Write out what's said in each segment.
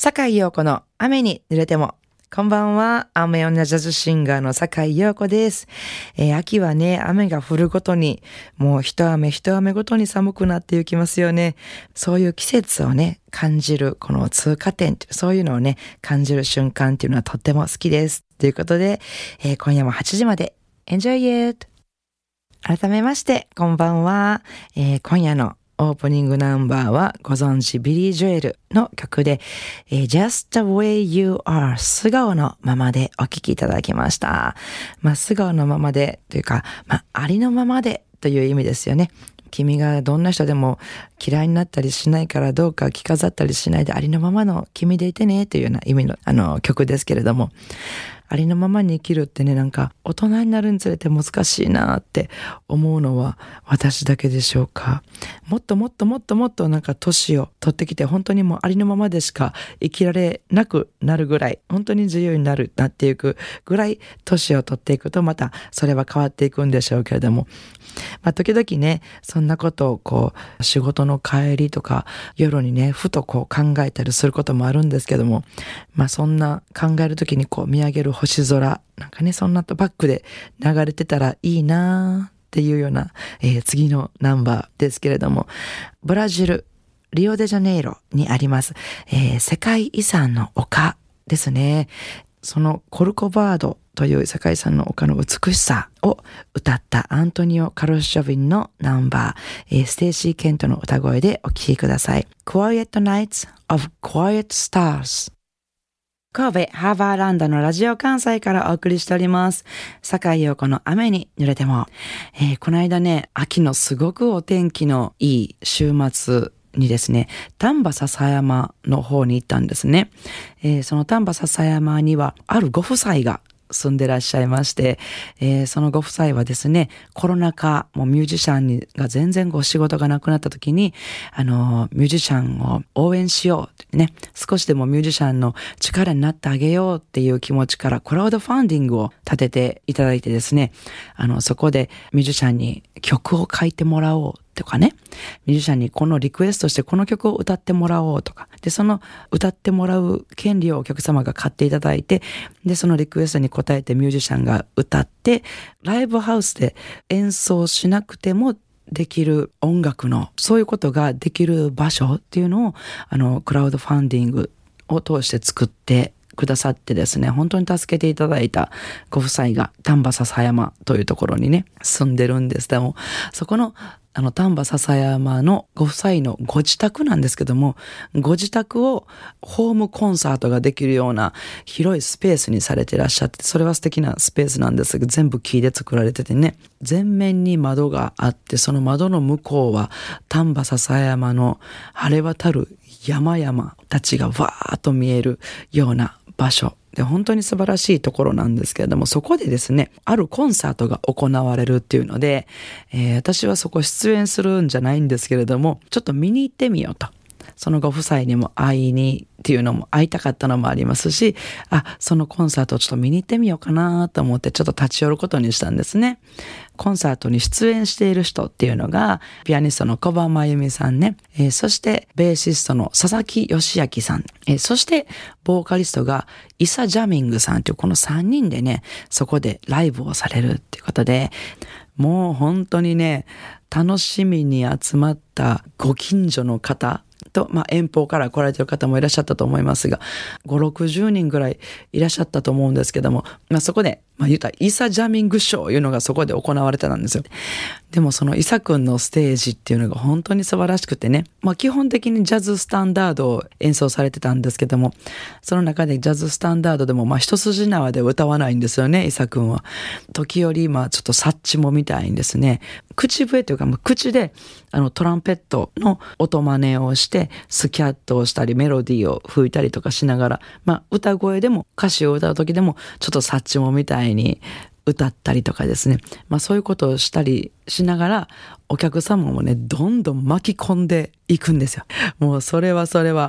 坂井陽子の雨に濡れても。こんばんは。雨女ジャズシンガーの坂井陽子です。秋はね、雨が降るごとに、もう一雨一雨ごとに寒くなっていきますよね。そういう季節をね、感じる、この通過点、そういうのをね、感じる瞬間っていうのはとっても好きです。ということで、今夜も8時まで Enjoy it! 改めまして、こんばんは。今夜のオープニングナンバーはご存知ビリー・ジョエルの曲で、Just the way you are 素顔のままでお聴きいただきました。素顔のままでというか、ありのままでという意味ですよね。君がどんな人でも嫌いになったりしないからどうか着飾ったりしないでありのままの君でいてねというような意味の曲ですけれども、ありのままに生きるってね、なんか大人になるにつれて難しいなって思うのは私だけでしょうか。もっとなんか年を取ってきて本当にもうありのままでしか生きられなくなるぐらい、本当に自由になっていくぐらい年を取っていくとまたそれは変わっていくんでしょうけれども、時々ね、そんなことを仕事の帰りとか夜にね、ふと考えたりすることもあるんですけども、そんな考えるときに見上げる星空なんかね、そんなとバックで流れてたらいいなっていうような、次のナンバーですけれども、ブラジルリオデジャネイロにあります、世界遺産の丘ですね。そのコルコバードという世界遺産の丘の美しさを歌ったアントニオ・カルシャビンのナンバー、ステイシー・ケントの歌声でお聴きください。Quiet Nights of Quiet Stars。神戸ハーバーランドのラジオ関西からお送りしております。坂井陽子の雨に濡れても。この間ね、秋のすごくお天気のいい週末にですね、丹波篠山の方に行ったんですね。その丹波篠山にはあるご夫妻が住んでらっしゃいまして、そのご夫妻はですね、コロナ禍、もうミュージシャンが全然仕事がなくなった時に、ミュージシャンを応援しようってね、少しでもミュージシャンの力になってあげようっていう気持ちからクラウドファンディングを立てていただいてですね、そこでミュージシャンに曲を書いてもらおうとかね、ミュージシャンにこのリクエストしてこの曲を歌ってもらおうとか、で、その歌ってもらう権利をお客様が買っていただいて、で、そのリクエストに応えてミュージシャンが歌って、ライブハウスで演奏しなくてもできる音楽の、そういうことができる場所っていうのを、クラウドファンディングを通して作ってくださってですね、本当に助けていただいたご夫妻が丹波篠山というところにね、住んでるんです。でも、そこの丹波篠山のご夫妻のご自宅なんですけども、ご自宅をホームコンサートができるような広いスペースにされていらっしゃって、それは素敵なスペースなんですが、全部木で作られててね、全面に窓があって、その窓の向こうは丹波篠山の晴れ渡る山々たちがわーっと見えるような場所で、本当に素晴らしいところなんですけれども、そこでですね、あるコンサートが行われるっていうので、私はそこ出演するんじゃないんですけれども、ちょっと見に行ってみようと。そのご夫妻にも会いたかったのもありますし、そのコンサートをちょっと見に行ってみようかなと思ってちょっと立ち寄ることにしたんですね。コンサートに出演している人っていうのが、ピアニストの小葉真由美さんね、そしてベーシストの佐々木義明さん、そしてボーカリストがイサ・ジャミングさんというこの3人でね、そこでライブをされるっていうことで、もう本当にね、楽しみに集まったご近所の方と、遠方から来られている方もいらっしゃったと思いますが、5、60人ぐらいいらっしゃったと思うんですけども、そこで、言ったらイサジャミングショーいうのがそこで行われてたんですよ。でもそのイサ君のステージっていうのが本当に素晴らしくてね、基本的にジャズスタンダードを演奏されてたんですけども、その中でジャズスタンダードでも一筋縄で歌わないんですよね、イサ君は。時折ちょっとサッチモみたいにですね、口笛というか口でトランペットの音真似をしてスキャットをしたりメロディーを吹いたりとかしながら、歌声でも歌詞を歌う時でもちょっとサッチモみたいに歌ったりとかですね、そういうことをしたりしながらお客様もね、どんどん巻き込んでいくんですよ。もうそれは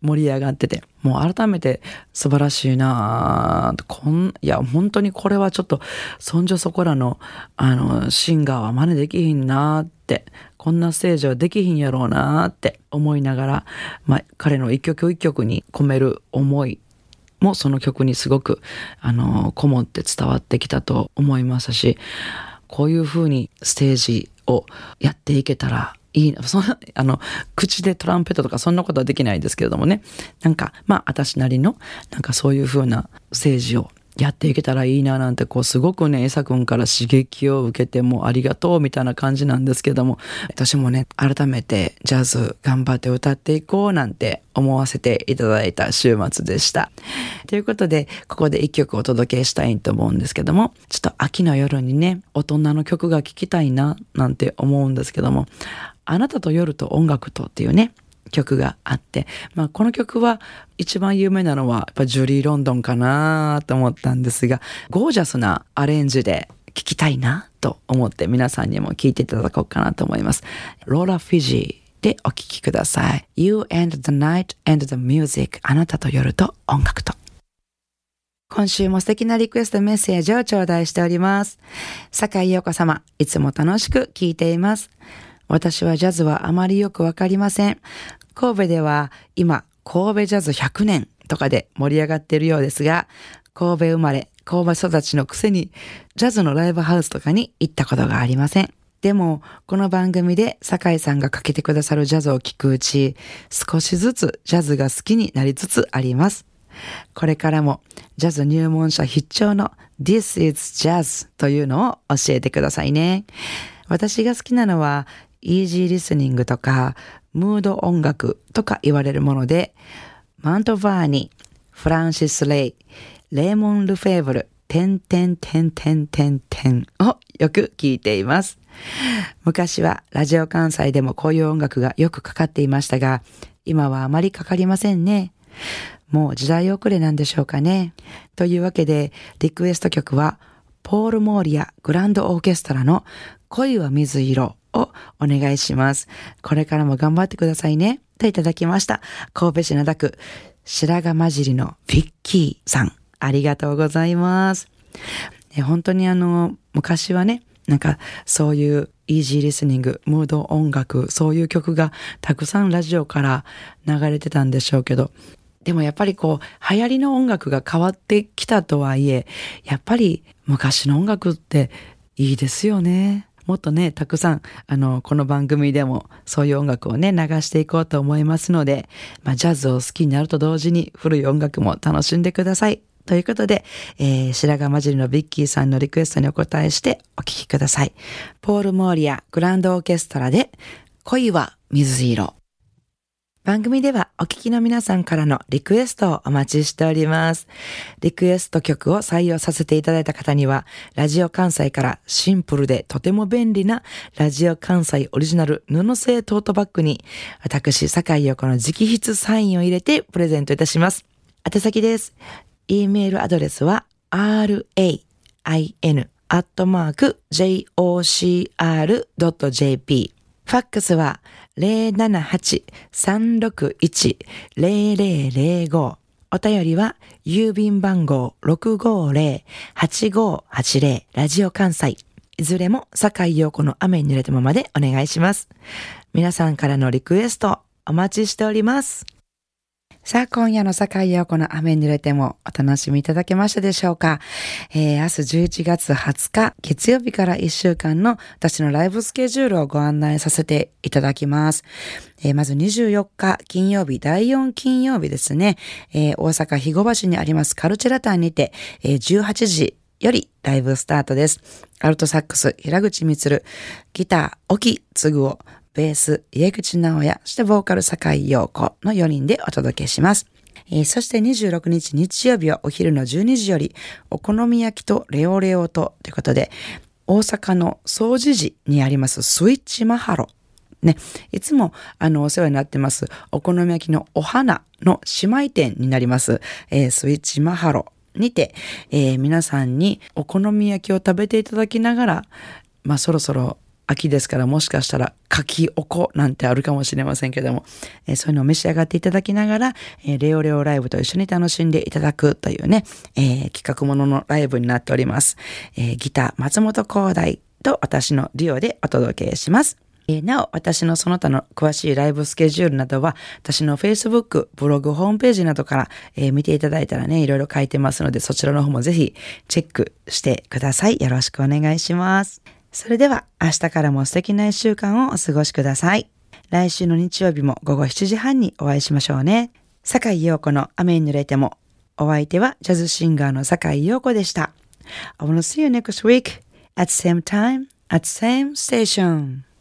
盛り上がってて、もう改めて素晴らしいなぁ。いや、本当にこれはちょっと、そんじょそこらの、シンガーは真似できひんなーって、こんなステージはできひんやろうなーって思いながら、彼の一曲一曲に込める思いもその曲にすごく、こもって伝わってきたと思いますし、こういう風にステージをやっていけたらいいな。口でトランペットとかそんなことはできないですけれどもね。私なりの、そういう風なステージをやっていけたらいいななんて、すごくね、イサ君から刺激を受けてもありがとうみたいな感じなんですけども、私もね、改めてジャズ頑張って歌っていこうなんて思わせていただいた週末でした。ということで、ここで一曲お届けしたいと思うんですけども、ちょっと秋の夜にね、大人の曲が聴きたいななんて思うんですけども、あなたと夜と音楽とっていうね、曲があって、この曲は一番有名なのはやっぱジュリー・ロンドンかなと思ったんですが、ゴージャスなアレンジで聴きたいなと思って皆さんにも聴いていただこうかなと思います。ローラ・フィジーでお聴きください。You and the night and the music。 あなたと夜と音楽と。今週も素敵なリクエストメッセージを頂戴しております。坂井陽子様、いつも楽しく聴いています。私はジャズはあまりよくわかりません。神戸では今、神戸ジャズ100年とかで盛り上がっているようですが、神戸生まれ、神戸育ちのくせに、ジャズのライブハウスとかに行ったことがありません。でも、この番組で酒井さんがかけてくださるジャズを聴くうち、少しずつジャズが好きになりつつあります。これからもジャズ入門者必聴の This is Jazz というのを教えてくださいね。私が好きなのはイージーリスニングとかムード音楽とか言われるもので、マントバーニ、フランシス・レイ、レーモン・ルフェーブル、をよく聞いています。昔はラジオ関西でもこういう音楽がよくかかっていましたが、今はあまりかかりませんね。もう時代遅れなんでしょうかね。というわけで、リクエスト曲はポール・モーリア・グランドオーケストラの恋は水色をお願いします。これからも頑張ってくださいね。といただきました。神戸市灘区白髪混じりのフィッキーさん、ありがとうございます。本当に昔はね、そういうイージーリスニング、ムード音楽、そういう曲がたくさんラジオから流れてたんでしょうけど、でもやっぱり流行りの音楽が変わってきたとはいえ、やっぱり昔の音楽っていいですよね。もっとね、たくさん、この番組でもそういう音楽をね、流していこうと思いますので、ジャズを好きになると同時に古い音楽も楽しんでください。ということで、白髪混じりのビッキーさんのリクエストにお答えしてお聴きください。ポール・モーリア・グランドオーケストラで、恋は水色。番組ではお聞きの皆さんからのリクエストをお待ちしております。リクエスト曲を採用させていただいた方には、ラジオ関西からシンプルでとても便利なラジオ関西オリジナル布製トートバッグに、私、坂井陽子の直筆サインを入れてプレゼントいたします。宛先です。e メールアドレスは rain@jocr.jp。ファックスは 078-361-0005。お便りは郵便番号 650-8580 ラジオ関西。いずれも坂井陽子の雨に濡れたままでお願いします。皆さんからのリクエストお待ちしております。さあ、今夜の坂井陽子の雨に濡れてもお楽しみいただけましたでしょうか。明日11月20日月曜日から1週間の私のライブスケジュールをご案内させていただきます。まず24日金曜日、第4金曜日ですね。大阪肥後橋にありますカルチェラタンにて、18時よりライブスタートです。アルトサックス平口光、ギター沖嗣夫、ベース家口直也、そしてボーカル坂井陽子の4人でお届けします。そして26日日曜日はお昼の12時よりお好み焼きとレオレオということで、大阪の総持寺にありますスイッチマハロね、いつもお世話になってますお好み焼きのお花の姉妹店になります、スイッチマハロにて、皆さんにお好み焼きを食べていただきながら、そろそろ秋ですからもしかしたら柿おこなんてあるかもしれませんけども、そういうのを召し上がっていただきながら、レオレオライブと一緒に楽しんでいただくというね、企画もののライブになっております。ギター松本光大と私のデュオでお届けします。なお、私のその他の詳しいライブスケジュールなどは、私の Facebook、ブログ、ホームページなどから、見ていただいたらね、いろいろ書いてますので、そちらの方もぜひチェックしてください。よろしくお願いします。それでは、明日からも素敵な一週間をお過ごしください。来週の日曜日も午後7時半にお会いしましょうね。坂井陽子の雨に濡れても。お相手はジャズシンガーの坂井陽子でした。I wanna see you next week at same time at same station.